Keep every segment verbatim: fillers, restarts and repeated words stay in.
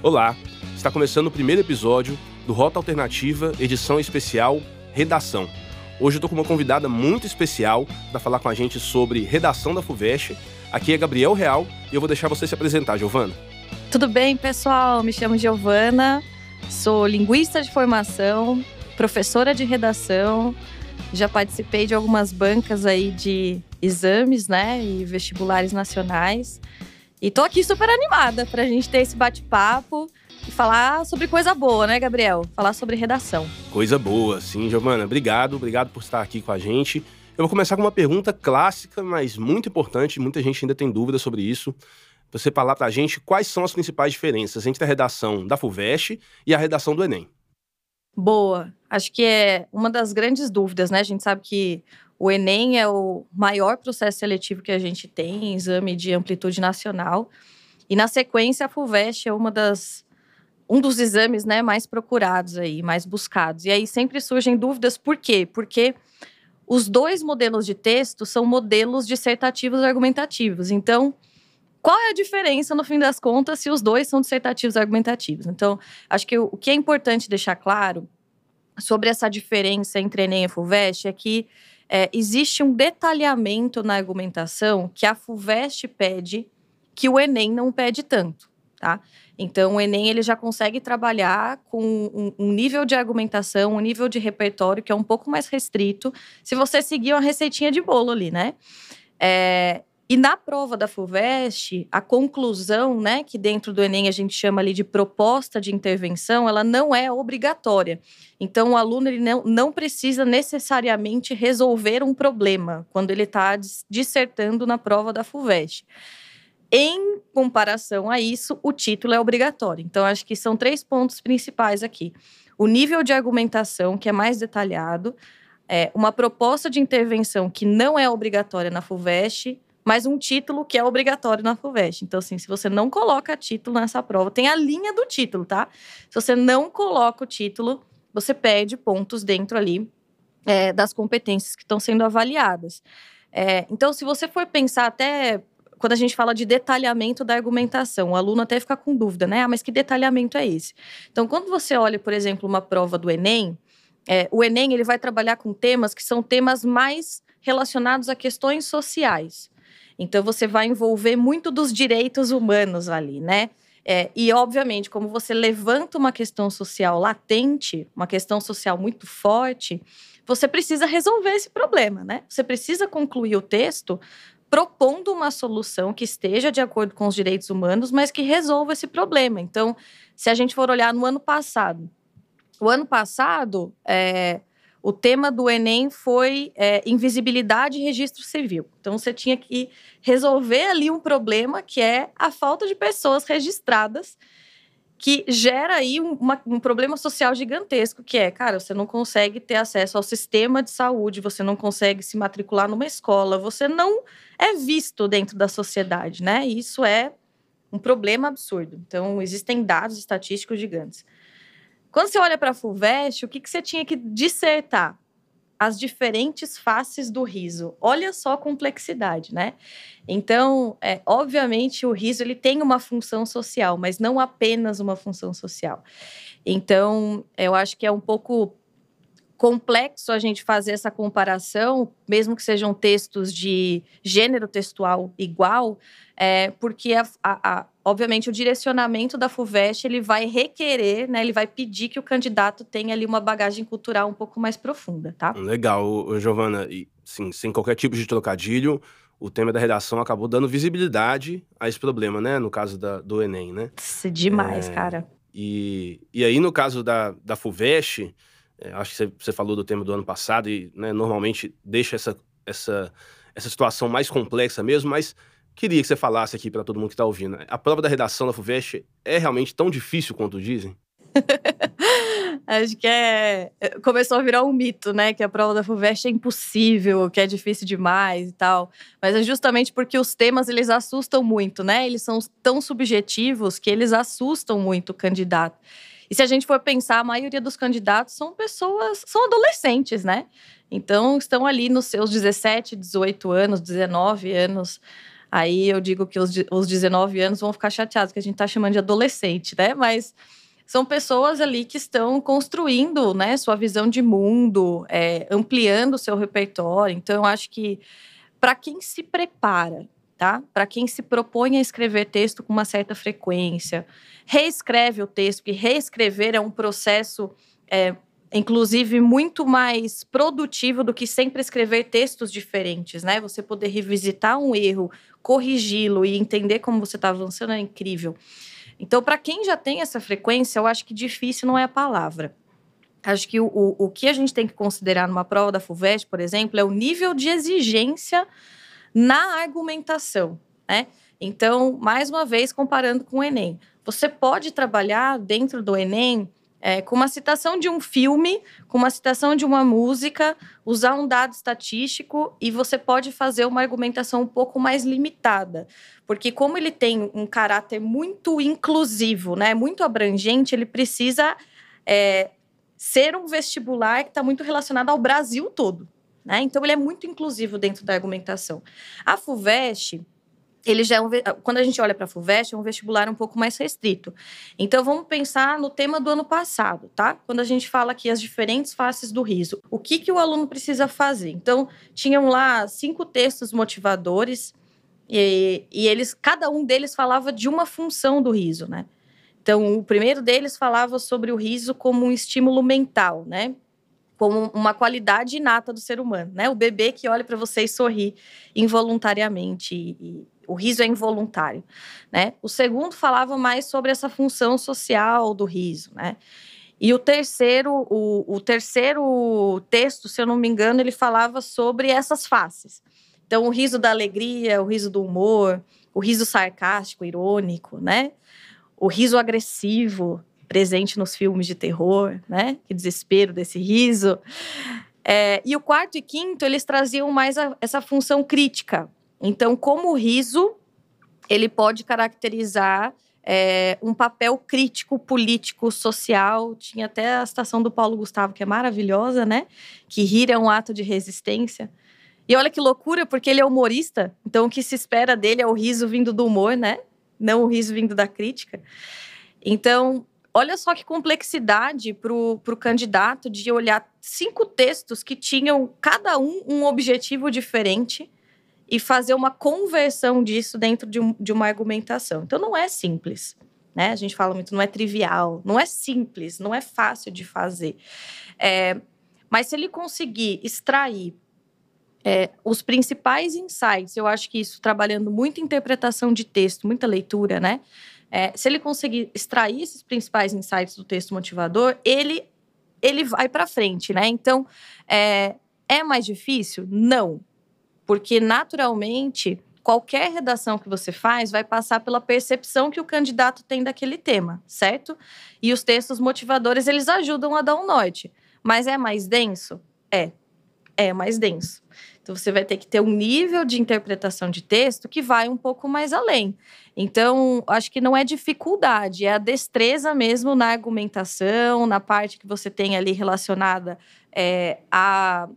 Olá, está começando o primeiro episódio do Rota Alternativa, edição especial Redação. Hoje eu estou com uma convidada muito especial para falar com a gente sobre redação da FUVEST. Aqui é Gabriel Real e eu vou deixar você se apresentar, Giovana. Tudo bem, pessoal? Me chamo Giovana, sou linguista de formação, professora de redação, já participei de algumas bancas aí de exames, né, e vestibulares nacionais. E tô aqui super animada pra gente ter esse bate-papo e falar sobre coisa boa, né, Gabriel? Falar sobre redação. Coisa boa, sim, Giovana. Obrigado, obrigado por estar aqui com a gente. Eu vou começar com uma pergunta clássica, mas muito importante, muita gente ainda tem dúvida sobre isso. Você falar pra gente quais são as principais diferenças entre a redação da FUVEST e a redação do Enem. Boa. Acho que é uma das grandes dúvidas, né? A gente sabe que o Enem é o maior processo seletivo que a gente tem, exame de amplitude nacional. E, na sequência, a FUVEST é uma das, um dos exames, né, mais procurados aí, mais buscados. E aí sempre surgem dúvidas, por quê? Porque os dois modelos de texto são modelos dissertativos e argumentativos. Então, qual é a diferença, no fim das contas, se os dois são dissertativos e argumentativos? Então, acho que o, o que é importante deixar claro sobre essa diferença entre Enem e FUVEST é que é, existe um detalhamento na argumentação que a FUVEST pede que o Enem não pede tanto, tá? Então, o Enem ele já consegue trabalhar com um, um nível de argumentação, um nível de repertório que é um pouco mais restrito, se você seguir uma receitinha de bolo ali, né? É, e na prova da FUVEST, a conclusão, né, que dentro do Enem a gente chama ali de proposta de intervenção, ela não é obrigatória. Então, o aluno ele não, não precisa necessariamente resolver um problema quando ele está dissertando na prova da FUVEST. Em comparação a isso, o título é obrigatório. Então, acho que são três pontos principais aqui. O nível de argumentação, que é mais detalhado, é uma proposta de intervenção que não é obrigatória na FUVEST, mas um título que é obrigatório na FUVEST. Então, assim, se você não coloca título nessa prova, tem a linha do título, tá? Se você não coloca o título, você perde pontos dentro ali é, das competências que estão sendo avaliadas. É, então, se você for pensar até quando a gente fala de detalhamento da argumentação, o aluno até fica com dúvida, né? Ah, mas que detalhamento é esse? Então, quando você olha, por exemplo, uma prova do Enem, é, o Enem ele vai trabalhar com temas que são temas mais relacionados a questões sociais. Então, você vai envolver muito dos direitos humanos ali, né? É, e, obviamente, como você levanta uma questão social latente, uma questão social muito forte, você precisa resolver esse problema, né? Você precisa concluir o texto propondo uma solução que esteja de acordo com os direitos humanos, mas que resolva esse problema. Então, se a gente for olhar no ano passado, o ano passado, é, o tema do Enem foi é, invisibilidade e registro civil. Então, você tinha que resolver ali um problema que é a falta de pessoas registradas, que gera aí um, uma, um problema social gigantesco, que é, cara, você não consegue ter acesso ao sistema de saúde, você não consegue se matricular numa escola, você não é visto dentro da sociedade, né? E isso é um problema absurdo. Então, existem dados estatísticos gigantes. Quando você olha para a FUVEST, o que, que você tinha que dissertar? As diferentes faces do riso. Olha só a complexidade, né? Então, é, obviamente, o riso ele tem uma função social, mas não apenas uma função social. Então, eu acho que é um pouco complexo a gente fazer essa comparação, mesmo que sejam textos de gênero textual igual, é, porque, a, a, a, obviamente, o direcionamento da FUVEST ele vai requerer, né, ele vai pedir que o candidato tenha ali uma bagagem cultural um pouco mais profunda, tá? Legal, Giovana. E, sim, sem qualquer tipo de trocadilho, o tema da redação acabou dando visibilidade a esse problema, né? No caso da, do Enem, né? Isso é demais, é, cara. E, e aí, no caso da, da FUVEST, é, acho que você, você falou do tema do ano passado e, né, normalmente deixa essa, essa, essa situação mais complexa mesmo, mas queria que você falasse aqui para todo mundo que está ouvindo. A prova da redação da FUVEST é realmente tão difícil quanto dizem? Acho que é... começou a virar um mito, né? Que a prova da FUVEST é impossível, que é difícil demais e tal. Mas é justamente porque os temas, eles assustam muito, né? Eles são tão subjetivos que eles assustam muito o candidato. E se a gente for pensar, a maioria dos candidatos são pessoas, são adolescentes, né? Então, estão ali nos seus dezessete, dezoito anos, dezenove anos. Aí eu digo que os, os dezenove anos vão ficar chateados, que a gente tá chamando de adolescente, né? Mas são pessoas ali que estão construindo, né, sua visão de mundo, é, ampliando o seu repertório. Então, eu acho que para quem se prepara, tá? Para quem se propõe a escrever texto com uma certa frequência, reescreve o texto, porque reescrever é um processo, é, inclusive, muito mais produtivo do que sempre escrever textos diferentes, né? Você poder revisitar um erro, corrigi-lo e entender como você está avançando é incrível. Então, para quem já tem essa frequência, eu acho que difícil não é a palavra. Acho que o, o, o que a gente tem que considerar numa prova da FUVEST, por exemplo, é o nível de exigência na argumentação, né? Então, mais uma vez, comparando com o Enem. Você pode trabalhar dentro do Enem é, com uma citação de um filme, com uma citação de uma música, usar um dado estatístico e você pode fazer uma argumentação um pouco mais limitada. Porque como ele tem um caráter muito inclusivo, né, muito abrangente, ele precisa é, ser um vestibular que está muito relacionado ao Brasil todo, né? Então, ele é muito inclusivo dentro da argumentação. A FUVEST, ele já é um, quando a gente olha para a FUVEST, é um vestibular um pouco mais restrito. Então, vamos pensar no tema do ano passado, tá? Quando a gente fala aqui as diferentes faces do riso. O que, que o aluno precisa fazer? Então, tinham lá cinco textos motivadores e, e eles, cada um deles falava de uma função do riso, né? Então, o primeiro deles falava sobre o riso como um estímulo mental, né? Como uma qualidade inata do ser humano, né? O bebê que olha para você e sorri involuntariamente, e, e o riso é involuntário, né? O segundo falava mais sobre essa função social do riso, né? E o terceiro, o, o terceiro texto, se eu não me engano, ele falava sobre essas faces. Então, o riso da alegria, o riso do humor, o riso sarcástico, irônico, né? O riso agressivo, presente nos filmes de terror, né? Que desespero desse riso. É, e o quarto e quinto, eles traziam mais a, essa função crítica. Então, como o riso, ele pode caracterizar é, um papel crítico, político, social. Tinha até a citação do Paulo Gustavo, que é maravilhosa, né? Que rir é um ato de resistência. E olha que loucura, porque ele é humorista. Então, o que se espera dele é o riso vindo do humor, né? Não o riso vindo da crítica. Então, olha só que complexidade para o candidato de olhar cinco textos que tinham, cada um, um objetivo diferente e fazer uma conversão disso dentro de, um, de uma argumentação. Então, não é simples, né? A gente fala muito, não é trivial, não é simples, não é fácil de fazer. É, mas se ele conseguir extrair é, os principais insights, eu acho que isso, trabalhando muita interpretação de texto, muita leitura, né? É, se ele conseguir extrair esses principais insights do texto motivador, ele, ele vai para frente, né? Então, é, é mais difícil? Não. Porque, naturalmente, qualquer redação que você faz vai passar pela percepção que o candidato tem daquele tema, certo? E os textos motivadores, eles ajudam a dar um norte. Mas é mais denso? É. É mais denso. Então, você vai ter que ter um nível de interpretação de texto que vai um pouco mais além. Então, acho que não é dificuldade, é a destreza mesmo na argumentação, na parte que você tem ali relacionada é, a,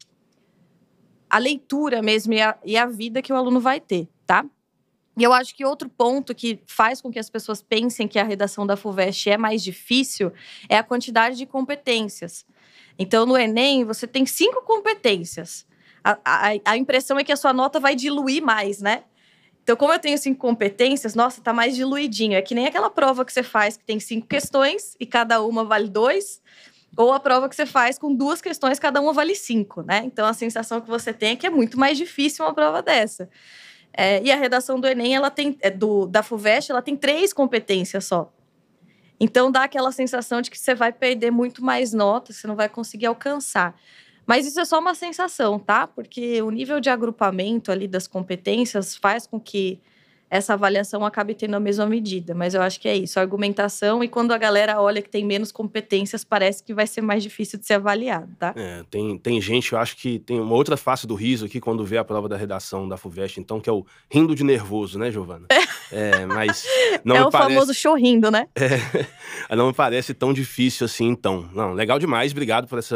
a leitura mesmo e a, e a vida que o aluno vai ter, tá? E eu acho que outro ponto que faz com que as pessoas pensem que a redação da FUVEST é mais difícil é a quantidade de competências. Então, no Enem, você tem cinco competências. A, a, a impressão é que a sua nota vai diluir mais, né? Então, como eu tenho cinco competências, nossa, tá mais diluidinho. É que nem aquela prova que você faz que tem cinco questões e cada uma vale dois. Ou a prova que você faz com duas questões, cada uma vale cinco, né? Então, a sensação que você tem é que é muito mais difícil uma prova dessa. É, e a redação do Enem, ela tem, é, do, da FUVEST, ela tem três competências só. Então, dá aquela sensação de que você vai perder muito mais notas, você não vai conseguir alcançar. Mas isso é só uma sensação, tá? Porque o nível de agrupamento ali das competências faz com que essa avaliação acabe tendo a mesma medida. Mas eu acho que é isso, a argumentação. E quando a galera olha que tem menos competências, parece que vai ser mais difícil de ser avaliado, tá? É, tem, tem gente, eu acho que tem uma outra face do riso aqui quando vê a prova da redação da FUVEST, então, que é o rindo de nervoso, né, Giovana? É, mas não é me o parece... famoso chorrindo, né? É, não me parece tão difícil assim, então. Não, legal demais, obrigado por essa,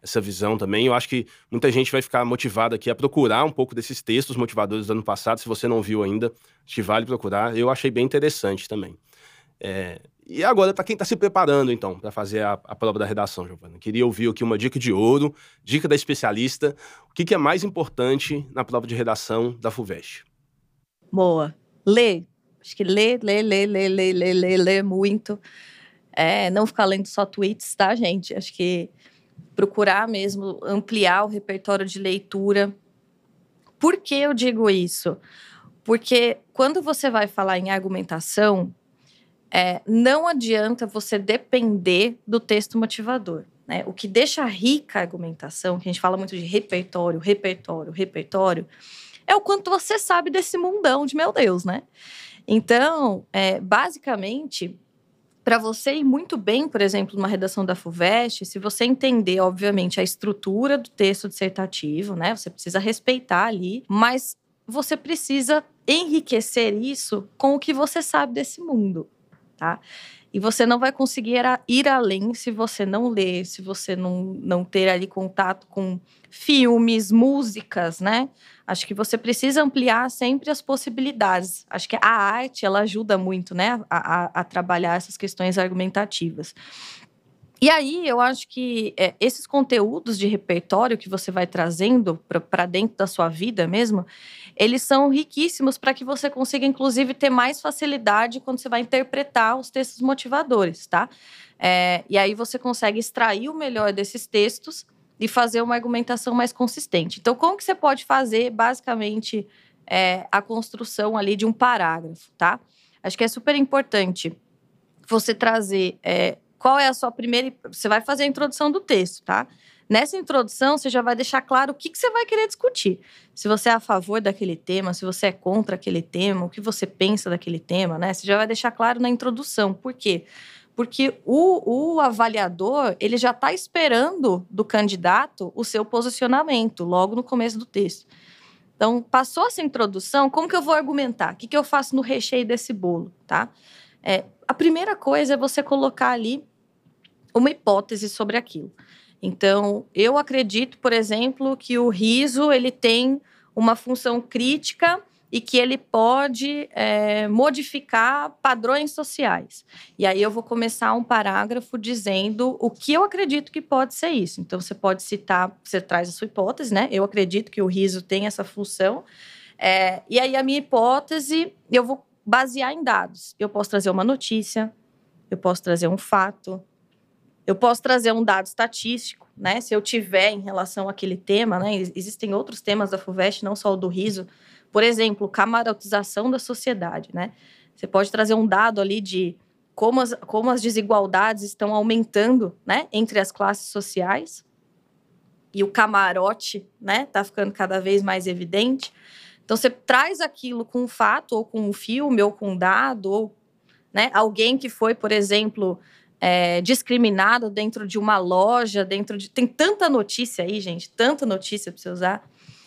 essa visão também. Eu acho que muita gente vai ficar motivada aqui a procurar um pouco desses textos motivadores do ano passado. Se você não viu ainda, acho que vale procurar. Eu achei bem interessante também. É, e agora, para quem está se preparando, então, para fazer a, a prova da redação, Giovana, queria ouvir aqui uma dica de ouro, dica da especialista. O que, que é mais importante na prova de redação da FUVEST? Boa. Lê. Acho que lê, lê, lê, lê, lê, lê, lê, lê muito. É, não ficar lendo só tweets, tá, gente? Acho que procurar mesmo ampliar o repertório de leitura. Por que eu digo isso? Porque quando você vai falar em argumentação, É, não adianta você depender do texto motivador, né? O que deixa rica a argumentação, que a gente fala muito de repertório, repertório, repertório, é o quanto você sabe desse mundão de meu Deus, né? Então, é, basicamente, para você ir muito bem, por exemplo, numa redação da FUVEST, se você entender, obviamente, a estrutura do texto dissertativo, né? Você precisa respeitar ali, mas você precisa enriquecer isso com o que você sabe desse mundo. Tá? E você não vai conseguir ir além se você não ler, se você não, não ter ali contato com filmes, músicas, né? Acho que você precisa ampliar sempre as possibilidades. Acho que a arte, ela ajuda muito, né? A, a, a trabalhar essas questões argumentativas. E aí, eu acho que é, esses conteúdos de repertório que você vai trazendo para dentro da sua vida mesmo, eles são riquíssimos para que você consiga, inclusive, ter mais facilidade quando você vai interpretar os textos motivadores, tá? É, e aí você consegue extrair o melhor desses textos e fazer uma argumentação mais consistente. Então, como que você pode fazer, basicamente, é, a construção ali de um parágrafo, tá? Acho que é super importante você trazer... É, qual é a sua primeira... Você vai fazer a introdução do texto, tá? Nessa introdução, você já vai deixar claro o que, que você vai querer discutir. Se você é a favor daquele tema, se você é contra aquele tema, o que você pensa daquele tema, né? Você já vai deixar claro na introdução. Por quê? Porque o, o avaliador, ele já está esperando do candidato o seu posicionamento, logo no começo do texto. Então, passou essa introdução, como que eu vou argumentar? O que, que eu faço no recheio desse bolo, tá? É, a primeira coisa é você colocar ali uma hipótese sobre aquilo. Então, eu acredito, por exemplo, que o riso ele tem uma função crítica e que ele pode é, modificar padrões sociais. E aí eu vou começar um parágrafo dizendo o que eu acredito que pode ser isso. Então, você pode citar, você traz a sua hipótese, né? Eu acredito que o riso tem essa função. É, e aí a minha hipótese, eu vou basear em dados. Eu posso trazer uma notícia, eu posso trazer um fato, eu posso trazer um dado estatístico, né? Se eu tiver em relação àquele tema, né? Existem outros temas da FUVEST, não só o do riso. Por exemplo, camarotização da sociedade, né? Você pode trazer um dado ali de como as, como as desigualdades estão aumentando, né? Entre as classes sociais. E o camarote, né? Tá ficando cada vez mais evidente. Então, você traz aquilo com um fato, ou com um filme, ou com um dado, ou né, alguém que foi, por exemplo... É, discriminado dentro de uma loja, dentro de... Tem tanta notícia aí, gente, tanta notícia para você usar.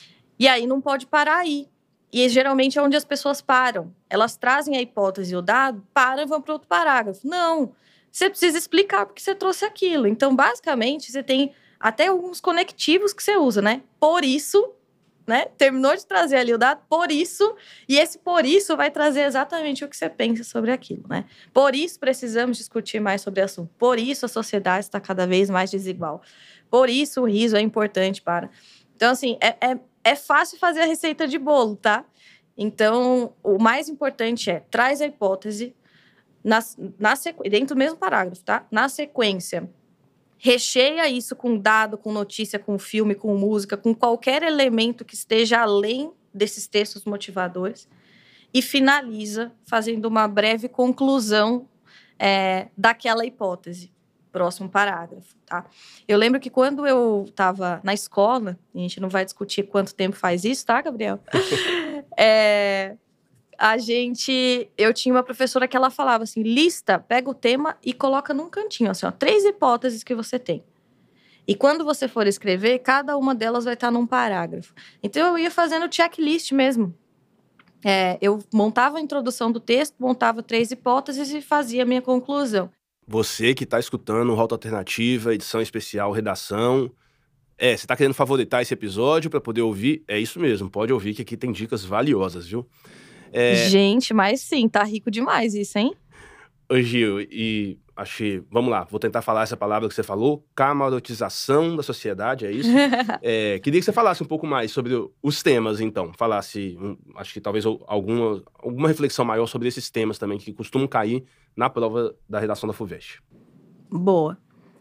E aí não pode parar aí. E geralmente é onde as pessoas param. Elas trazem a hipótese e o dado, param e vão para outro parágrafo. Não, você precisa explicar porque você trouxe aquilo. Então, basicamente, você tem até alguns conectivos que você usa, né? Por isso... Né? Terminou de trazer ali o dado, por isso, e esse por isso vai trazer exatamente o que você pensa sobre aquilo, né? Por isso precisamos discutir mais sobre o assunto, por isso a sociedade está cada vez mais desigual, por isso o riso é importante para... Então, assim, é, é, é fácil fazer a receita de bolo, tá? Então, o mais importante é, traz a hipótese na, na sequ... dentro do mesmo parágrafo, tá? Na sequência... Recheia isso com dado, com notícia, com filme, com música, com qualquer elemento que esteja além desses textos motivadores e finaliza fazendo uma breve conclusão é, daquela hipótese. Próximo parágrafo, tá? Eu lembro que quando eu estava na escola, a gente não vai discutir quanto tempo faz isso, tá, Gabriel? é... A gente... Eu tinha uma professora que ela falava assim, lista, pega o tema e coloca num cantinho, assim, ó, três hipóteses que você tem. E quando você for escrever, cada uma delas vai estar num parágrafo. Então, eu ia fazendo checklist mesmo. É, eu montava a introdução do texto, montava três hipóteses e fazia a minha conclusão. Você que está escutando o Rota Alternativa, edição especial, redação, É, você tá querendo favoritar esse episódio pra poder ouvir? É isso mesmo, pode ouvir que aqui tem dicas valiosas, viu? É, Gente, mas sim, tá rico demais isso, hein? Ô Gil, e achei, vamos lá, vou tentar falar essa palavra que você falou, camarotização da sociedade, é isso? É, queria que você falasse um pouco mais sobre o- os temas, então. Falasse, um, acho que talvez al- alguma, alguma reflexão maior sobre esses temas também que costumam cair na prova da redação da FUVEST. Boa.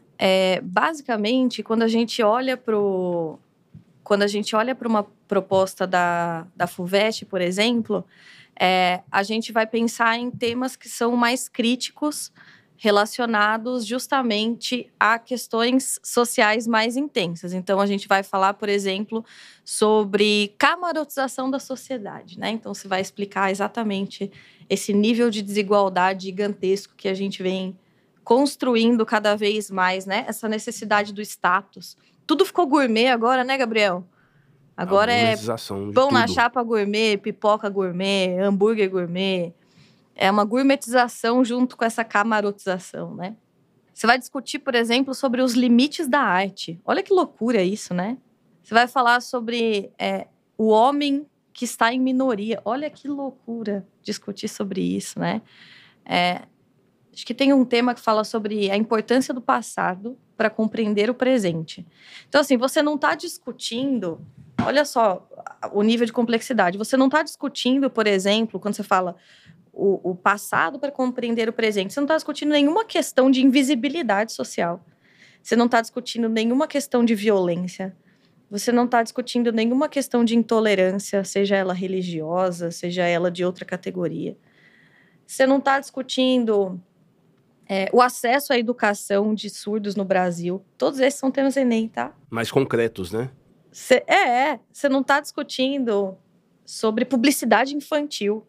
É, basicamente, quando a gente olha pro, quando a gente olha para uma proposta da, da FUVEST, por exemplo, é, a gente vai pensar em temas que são mais críticos, relacionados justamente a questões sociais mais intensas. Então, a gente vai falar, por exemplo, sobre camarotização da sociedade, né? Então, você vai explicar exatamente esse nível de desigualdade gigantesco que a gente vem construindo cada vez mais, né? Essa necessidade do status. Tudo ficou gourmet agora, né, Gabriel? Agora A é gourmetização de pão na tudo. chapa gourmet, pipoca gourmet, hambúrguer gourmet. É uma gourmetização junto com essa camarotização, né? Você vai discutir, por exemplo, sobre os limites da arte. Olha que loucura isso, né? Você vai falar sobre é, o homem que está em minoria. Olha que loucura discutir sobre isso, né? É, acho que tem um tema que fala sobre a importância do passado para compreender o presente. Então, assim, você não está discutindo. Olha só o nível de complexidade. Você não está discutindo, por exemplo, quando você fala o, o passado para compreender o presente. Você não está discutindo nenhuma questão de invisibilidade social. Você não está discutindo nenhuma questão de violência. Você não está discutindo nenhuma questão de intolerância, seja ela religiosa, seja ela de outra categoria. Você não está discutindo é, o acesso à educação de surdos no Brasil. Todos esses são temas Enem, tá? Mais concretos, né? Cê, é, é. Você não está discutindo sobre publicidade infantil.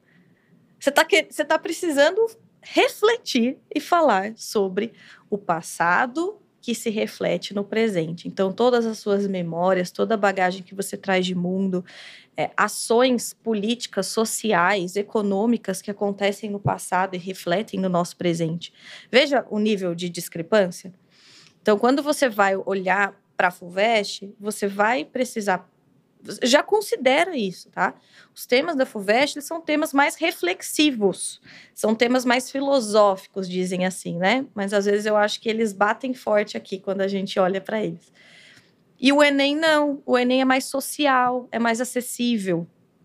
Você está você tá precisando refletir e falar sobre o passado que se reflete no presente. Então, todas as suas memórias, toda a bagagem que você traz de mundo, é, ações políticas, sociais, econômicas que acontecem no passado e refletem no nosso presente. Veja o nível de discrepância. Então, quando você vai olhar para a FUVEST, você vai precisar já considera isso, tá? Os temas da FUVEST, eles são temas mais reflexivos, são temas mais filosóficos, dizem assim, né? Mas às vezes eu acho que eles batem forte aqui quando a gente olha para eles. E o Enem não, o Enem é mais social, é mais acessível,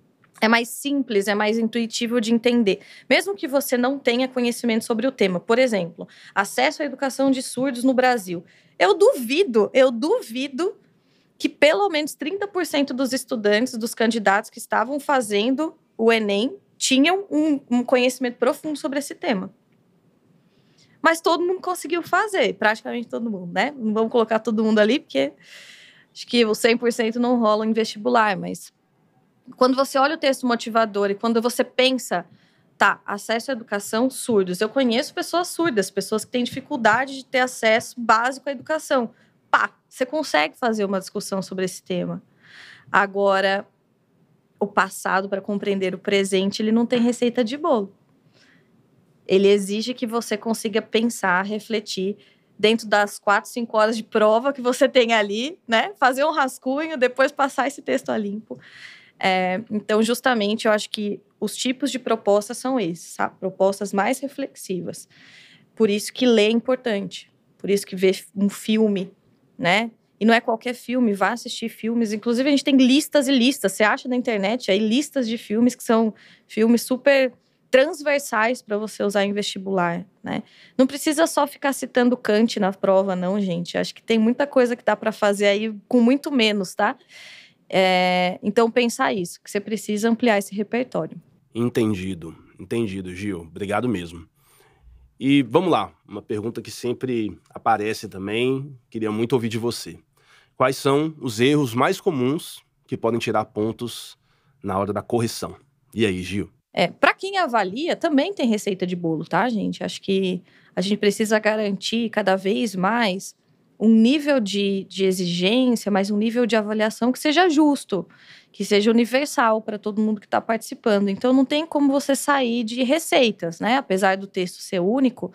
é mais simples, é mais intuitivo de entender. Mesmo que você não tenha conhecimento sobre o tema. Por exemplo, acesso à educação de surdos no Brasil. Eu duvido, eu duvido que pelo menos trinta por cento dos estudantes, dos candidatos que estavam fazendo o Enem, tinham um, um conhecimento profundo sobre esse tema. Mas todo mundo conseguiu fazer, praticamente todo mundo, né? Não vamos colocar todo mundo ali, porque acho que o cem por cento não rola em vestibular, mas quando você olha o texto motivador e quando você pensa, tá, acesso à educação, surdos. Eu conheço pessoas surdas, pessoas que têm dificuldade de ter acesso básico à educação. Pá, você consegue fazer uma discussão sobre esse tema. Agora, o passado, para compreender o presente, ele não tem receita de bolo. Ele exige que você consiga pensar, refletir, dentro das quatro, cinco horas de prova que você tem ali, né? Fazer um rascunho, depois passar esse texto a limpo. É, então, justamente, eu acho que os tipos de propostas são esses, sabe? Propostas mais reflexivas. Por isso que ler é importante. Por isso que ver um filme, né? E não é qualquer filme, vá assistir filmes. Inclusive, a gente tem listas e listas. Você acha na internet aí listas de filmes que são filmes super transversais para você usar em vestibular, né? Não precisa só ficar citando Kant na prova, não, gente. Acho que tem muita coisa que dá para fazer aí com muito menos, tá? É, então, pensar isso, que você precisa ampliar esse repertório. Entendido, entendido, Gil. Obrigado mesmo. E vamos lá, uma pergunta que sempre aparece também, queria muito ouvir de você. Quais são os erros mais comuns que podem tirar pontos na hora da correção? E aí, Gil? É, para quem avalia, também tem receita de bolo, tá, gente? Acho que a gente precisa garantir cada vez mais um nível de, de exigência, mas um nível de avaliação que seja justo, que seja universal para todo mundo que está participando. Então, não tem como você sair de receitas, né? Apesar do texto ser único,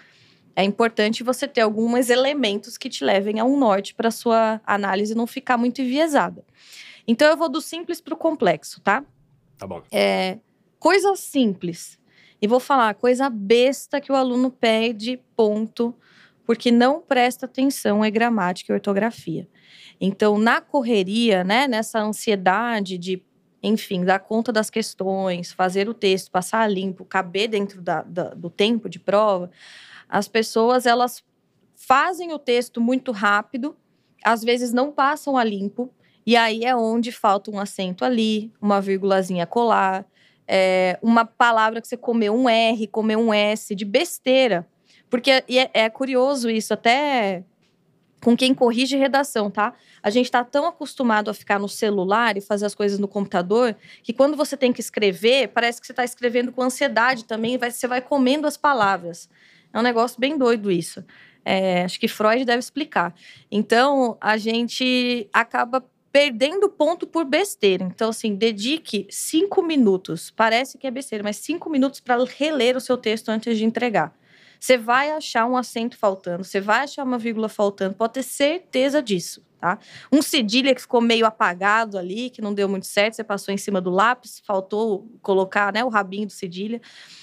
é importante você ter alguns elementos que te levem a um norte para sua análise não ficar muito enviesada. Então, eu vou do simples para o complexo, tá? Tá bom. É, coisa simples. E vou falar, coisa besta que o aluno perde, ponto, porque não presta atenção em gramática e ortografia. Então, na correria, né, nessa ansiedade de, enfim, dar conta das questões, fazer o texto, passar a limpo, caber dentro da, da, do tempo de prova, as pessoas, elas fazem o texto muito rápido, às vezes não passam a limpo, e aí é onde falta um acento ali, uma vírgulazinha colar, é, uma palavra que você comeu um R, comeu um S, de besteira. Porque é, é curioso isso, até com quem corrige redação, tá? A gente tá tão acostumado a ficar no celular e fazer as coisas no computador, que quando você tem que escrever, parece que você tá escrevendo com ansiedade também, vai, você vai comendo as palavras. É um negócio bem doido isso. É, acho que Freud deve explicar. Então, a gente acaba perdendo ponto por besteira. Então, assim, dedique cinco minutos. Parece que é besteira, mas cinco minutos para reler o seu texto antes de entregar. Você vai achar um acento faltando, você vai achar uma vírgula faltando, pode ter certeza disso, tá? Um cedilha que ficou meio apagado ali, que não deu muito certo, você passou em cima do lápis, faltou colocar, né, o rabinho do cedilha.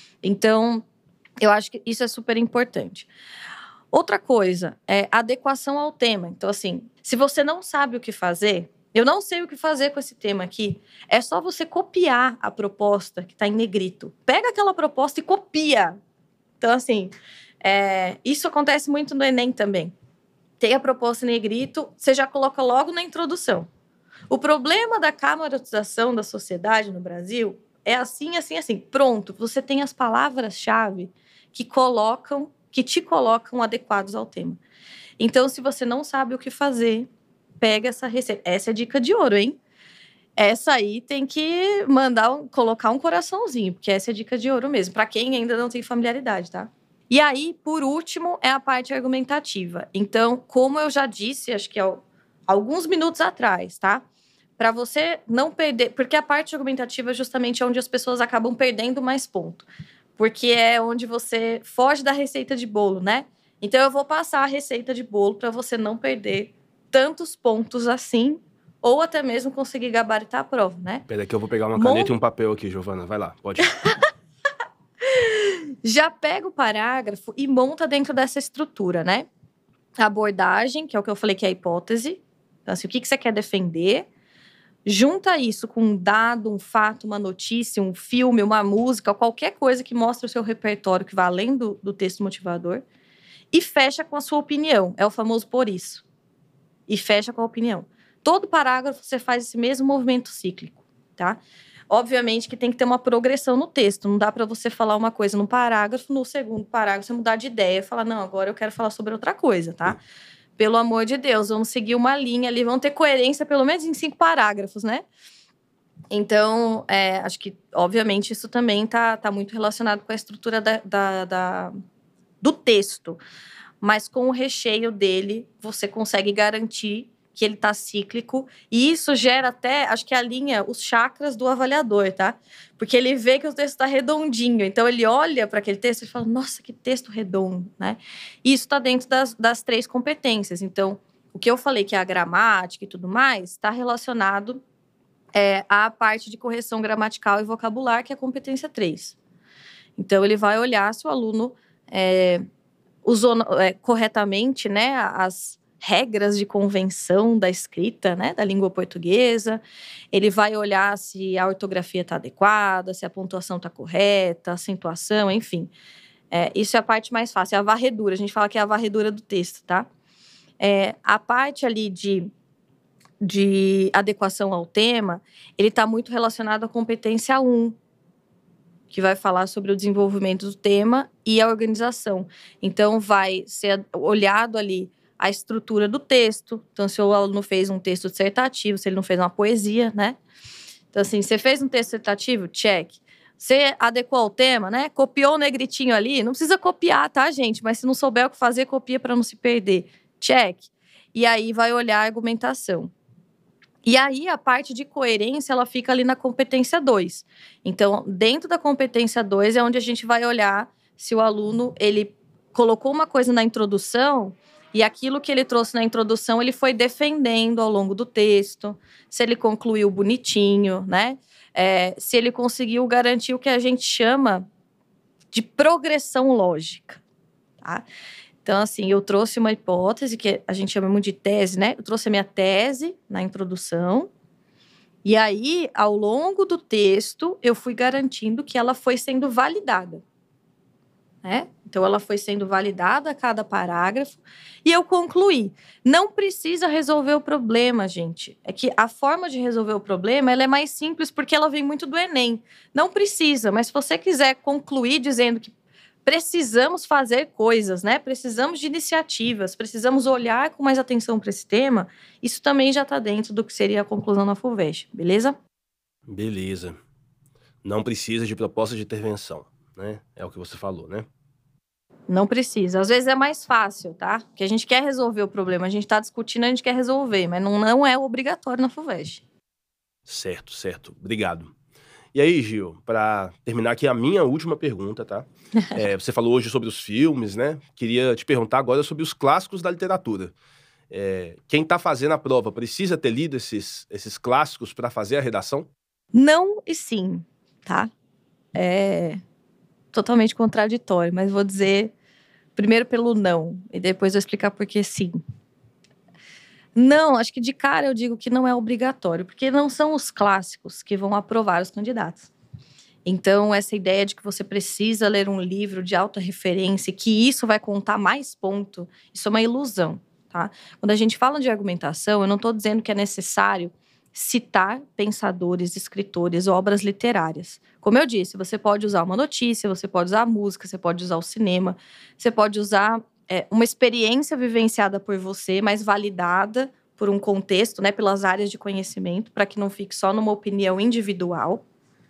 Então, eu acho que isso é super importante. Outra coisa é adequação ao tema. Então, assim, se você não sabe o que fazer, eu não sei o que fazer com esse tema aqui, é só você copiar a proposta que está em negrito. Pega aquela proposta e copia. Então, assim, é, isso acontece muito no Enem também. Tem a proposta em negrito, você já coloca logo na introdução. O problema da camaratização da sociedade no Brasil é assim, assim, assim. Pronto, você tem as palavras-chave que colocam, que te colocam adequados ao tema. Então, se você não sabe o que fazer, pega essa receita. Essa é a dica de ouro, hein? Essa aí tem que mandar, colocar um coraçãozinho, porque essa é a dica de ouro mesmo, para quem ainda não tem familiaridade, tá? E aí, por último, é a parte argumentativa. Então, como eu já disse, acho que há alguns minutos atrás, tá? Para você não perder, porque a parte argumentativa justamente é onde as pessoas acabam perdendo mais ponto, porque é onde você foge da receita de bolo, né? Então, eu vou passar a receita de bolo para você não perder tantos pontos assim, ou até mesmo conseguir gabaritar a prova, né? Peraí que eu vou pegar uma caneta Mon... e um papel aqui, Giovana. Vai lá, pode. Já pega o parágrafo e monta dentro dessa estrutura, né? A abordagem, que é o que eu falei que é a hipótese. Então, assim, o que, que você quer defender? Junta isso com um dado, um fato, uma notícia, um filme, uma música, qualquer coisa que mostre o seu repertório, que vá além do, do texto motivador. E fecha com a sua opinião. É o famoso por isso. E fecha com a opinião. Todo parágrafo você faz esse mesmo movimento cíclico, tá? Obviamente que tem que ter uma progressão no texto. Não dá para você falar uma coisa num parágrafo, no segundo parágrafo você mudar de ideia e falar, não, agora eu quero falar sobre outra coisa, tá? Pelo amor de Deus, vamos seguir uma linha ali, vamos ter coerência pelo menos em cinco parágrafos, né? Então, é, acho que, obviamente, isso também tá, tá muito relacionado com a estrutura da, da, da, do texto. Mas com o recheio dele, você consegue garantir que ele tá cíclico, e isso gera até, acho que alinha os chakras do avaliador, tá? Porque ele vê que o texto tá redondinho, então ele olha para aquele texto e fala, nossa, que texto redondo, né? E isso tá dentro das, das três competências. Então, o que eu falei que é a gramática e tudo mais, está relacionado é, à parte de correção gramatical e vocabular, que é a competência três. Então, ele vai olhar se o aluno é, usou é, corretamente, né, as regras de convenção da escrita, né, da língua portuguesa. Ele vai olhar se a ortografia está adequada, se a pontuação está correta, a acentuação, enfim. É, isso é a parte mais fácil, é a varredura. A gente fala que é a varredura do texto, tá? É, a parte ali de, de adequação ao tema, ele está muito relacionado à competência um, que vai falar sobre o desenvolvimento do tema e a organização. Então, vai ser olhado ali a estrutura do texto. Então, se o aluno fez um texto dissertativo, se ele não fez uma poesia, né? Então, assim, você fez um texto dissertativo? Check. Você adequou ao tema, né? Copiou o negritinho ali? Não precisa copiar, tá, gente? Mas se não souber o que fazer, copia para não se perder. Check. E aí, vai olhar a argumentação. E aí, a parte de coerência, ela fica ali na competência dois. Então, dentro da competência dois é onde a gente vai olhar se o aluno, ele colocou uma coisa na introdução e aquilo que ele trouxe na introdução ele foi defendendo ao longo do texto, se ele concluiu bonitinho, né? É, se ele conseguiu garantir o que a gente chama de progressão lógica, tá? Então, assim, eu trouxe uma hipótese, que a gente chama muito de tese, né? Eu trouxe a minha tese na introdução, e aí, ao longo do texto, eu fui garantindo que ela foi sendo validada, né? Então, ela foi sendo validada a cada parágrafo, e eu concluí. Não precisa resolver o problema, gente. É que a forma de resolver o problema, ela é mais simples, porque ela vem muito do Enem. Não precisa, mas se você quiser concluir dizendo que precisamos fazer coisas, né? Precisamos de iniciativas, precisamos olhar com mais atenção para esse tema. Isso também já está dentro do que seria a conclusão da FUVEST, beleza? Beleza. Não precisa de proposta de intervenção, né? É o que você falou, né? Não precisa. Às vezes é mais fácil, tá? Porque a gente quer resolver o problema, a gente está discutindo, a gente quer resolver, mas não, não é obrigatório na FUVEST. Certo, certo. Obrigado. E aí, Gil, para terminar aqui a minha última pergunta, tá? É, você falou hoje sobre os filmes, né? Queria te perguntar agora sobre os clássicos da literatura. É, quem está fazendo a prova precisa ter lido esses, esses clássicos para fazer a redação? Não e sim, tá? É totalmente contraditório, mas vou dizer primeiro pelo não e depois vou explicar por que sim. Não, acho que de cara eu digo que não é obrigatório, porque não são os clássicos que vão aprovar os candidatos. Então, essa ideia de que você precisa ler um livro de alta referência e que isso vai contar mais ponto, isso é uma ilusão, tá? Quando a gente fala de argumentação, eu não estou dizendo que é necessário citar pensadores, escritores, obras literárias. Como eu disse, você pode usar uma notícia, você pode usar a música, você pode usar o cinema, você pode usar é, uma experiência vivenciada por você, mas validada por um contexto, né, pelas áreas de conhecimento, para que não fique só numa opinião individual.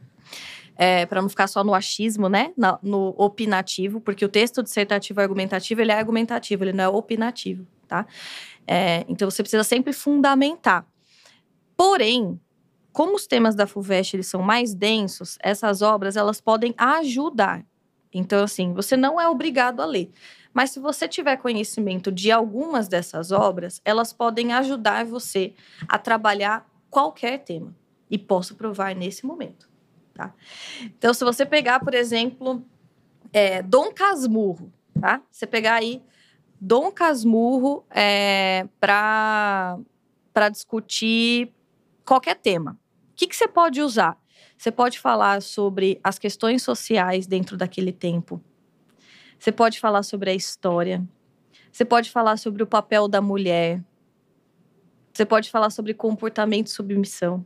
É, para não ficar só no achismo, né? No, no opinativo, porque o texto dissertativo argumentativo, ele é argumentativo, ele não é opinativo, tá? É, então, você precisa sempre fundamentar. Porém, como os temas da FUVEST, eles são mais densos, essas obras, elas podem ajudar. Então, assim, você não é obrigado a ler. Mas se você tiver conhecimento de algumas dessas obras, elas podem ajudar você a trabalhar qualquer tema. E posso provar nesse momento. Tá? Então, se você pegar, por exemplo, é, Dom Casmurro, tá? Você pegar aí Dom Casmurro é, para para discutir qualquer tema. O que, que você pode usar? Você pode falar sobre as questões sociais dentro daquele tempo. Você pode falar sobre a história. Você pode falar sobre o papel da mulher. Você pode falar sobre comportamento e submissão.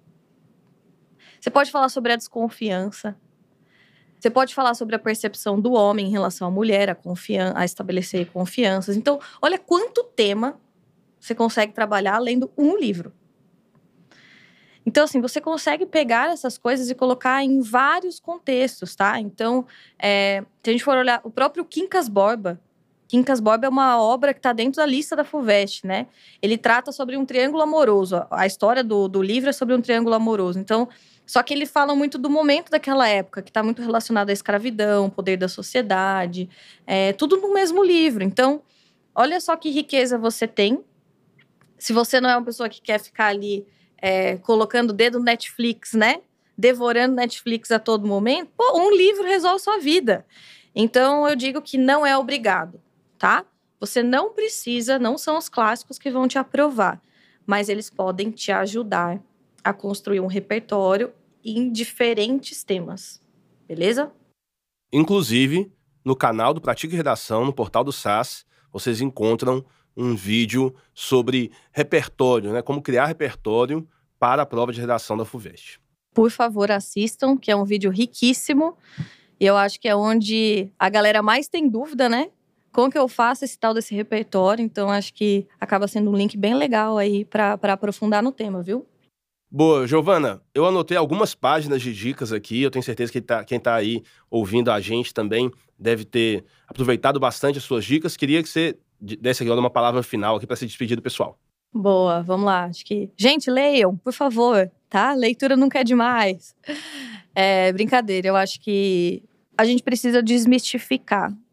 Você pode falar sobre a desconfiança. Você pode falar sobre a percepção do homem em relação à mulher, a, confian- a estabelecer confianças. Então, olha quanto tema você consegue trabalhar lendo um livro. Então, assim, você consegue pegar essas coisas e colocar em vários contextos, tá? Então, é, se a gente for olhar o próprio Quincas Borba, Quincas Borba é uma obra que está dentro da lista da FUVEST, né? Ele trata sobre um triângulo amoroso. A história do, do livro é sobre um triângulo amoroso. Então, só que ele fala muito do momento daquela época, que está muito relacionado à escravidão, poder da sociedade, é, tudo no mesmo livro. Então, olha só que riqueza você tem. Se você não é uma pessoa que quer ficar ali é, colocando o dedo no Netflix, né? Devorando Netflix a todo momento, pô, um livro resolve sua vida. Então, eu digo que não é obrigado, tá? Você não precisa, não são os clássicos que vão te aprovar, mas eles podem te ajudar a construir um repertório em diferentes temas, beleza? Inclusive, no canal do Pratique Redação, no portal do S A S, vocês encontram um vídeo sobre repertório, né? Como criar repertório para a prova de redação da FUVEST. Por favor, assistam, que é um vídeo riquíssimo. E eu acho que é onde a galera mais tem dúvida, né? Como que eu faço esse tal desse repertório? Então, acho que acaba sendo um link bem legal aí para aprofundar no tema, viu? Boa, Giovana, eu anotei algumas páginas de dicas aqui, eu tenho certeza que tá, quem está aí ouvindo a gente também deve ter aproveitado bastante as suas dicas. Queria que você desse agora uma palavra final aqui para se despedir do pessoal. Boa, vamos lá. Acho que... Gente, leiam, por favor, tá? Leitura nunca é demais. É brincadeira, eu acho que a gente precisa desmistificar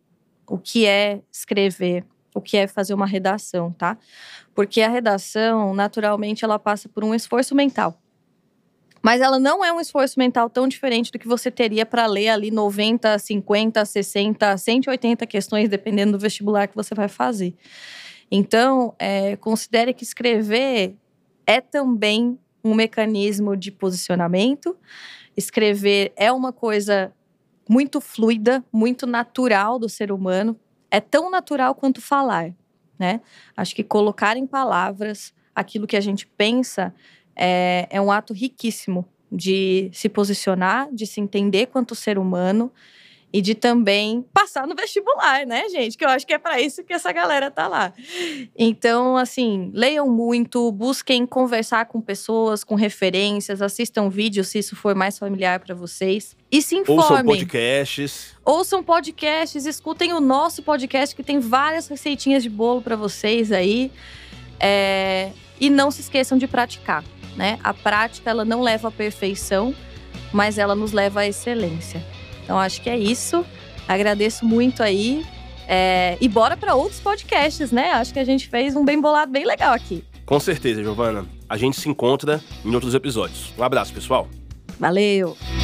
o que é escrever, o que é fazer uma redação, tá? Porque a redação, naturalmente, ela passa por um esforço mental. Mas ela não é um esforço mental tão diferente do que você teria para ler ali noventa, cinquenta, sessenta, cento e oitenta questões, dependendo do vestibular que você vai fazer. Então, é, considere que escrever é também um mecanismo de posicionamento. Escrever é uma coisa muito fluida, muito natural do ser humano. É tão natural quanto falar, né? Acho que colocar em palavras aquilo que a gente pensa é, é um ato riquíssimo de se posicionar, de se entender quanto ser humano e de também passar no vestibular, né, gente? Que eu acho que é para isso que essa galera tá lá. Então, assim, leiam muito, busquem conversar com pessoas, com referências, assistam vídeos se isso for mais familiar para vocês. E se informem. Ouçam podcasts. Ouçam podcasts, escutem o nosso podcast, que tem várias receitinhas de bolo para vocês aí. É... E não se esqueçam de praticar, né? A prática, ela não leva à perfeição, mas ela nos leva à excelência. Então, acho que é isso. Agradeço muito aí. É... E bora para outros podcasts, né? Acho que a gente fez um bem bolado bem legal aqui. Com certeza, Giovana. A gente se encontra em outros episódios. Um abraço, pessoal. Valeu!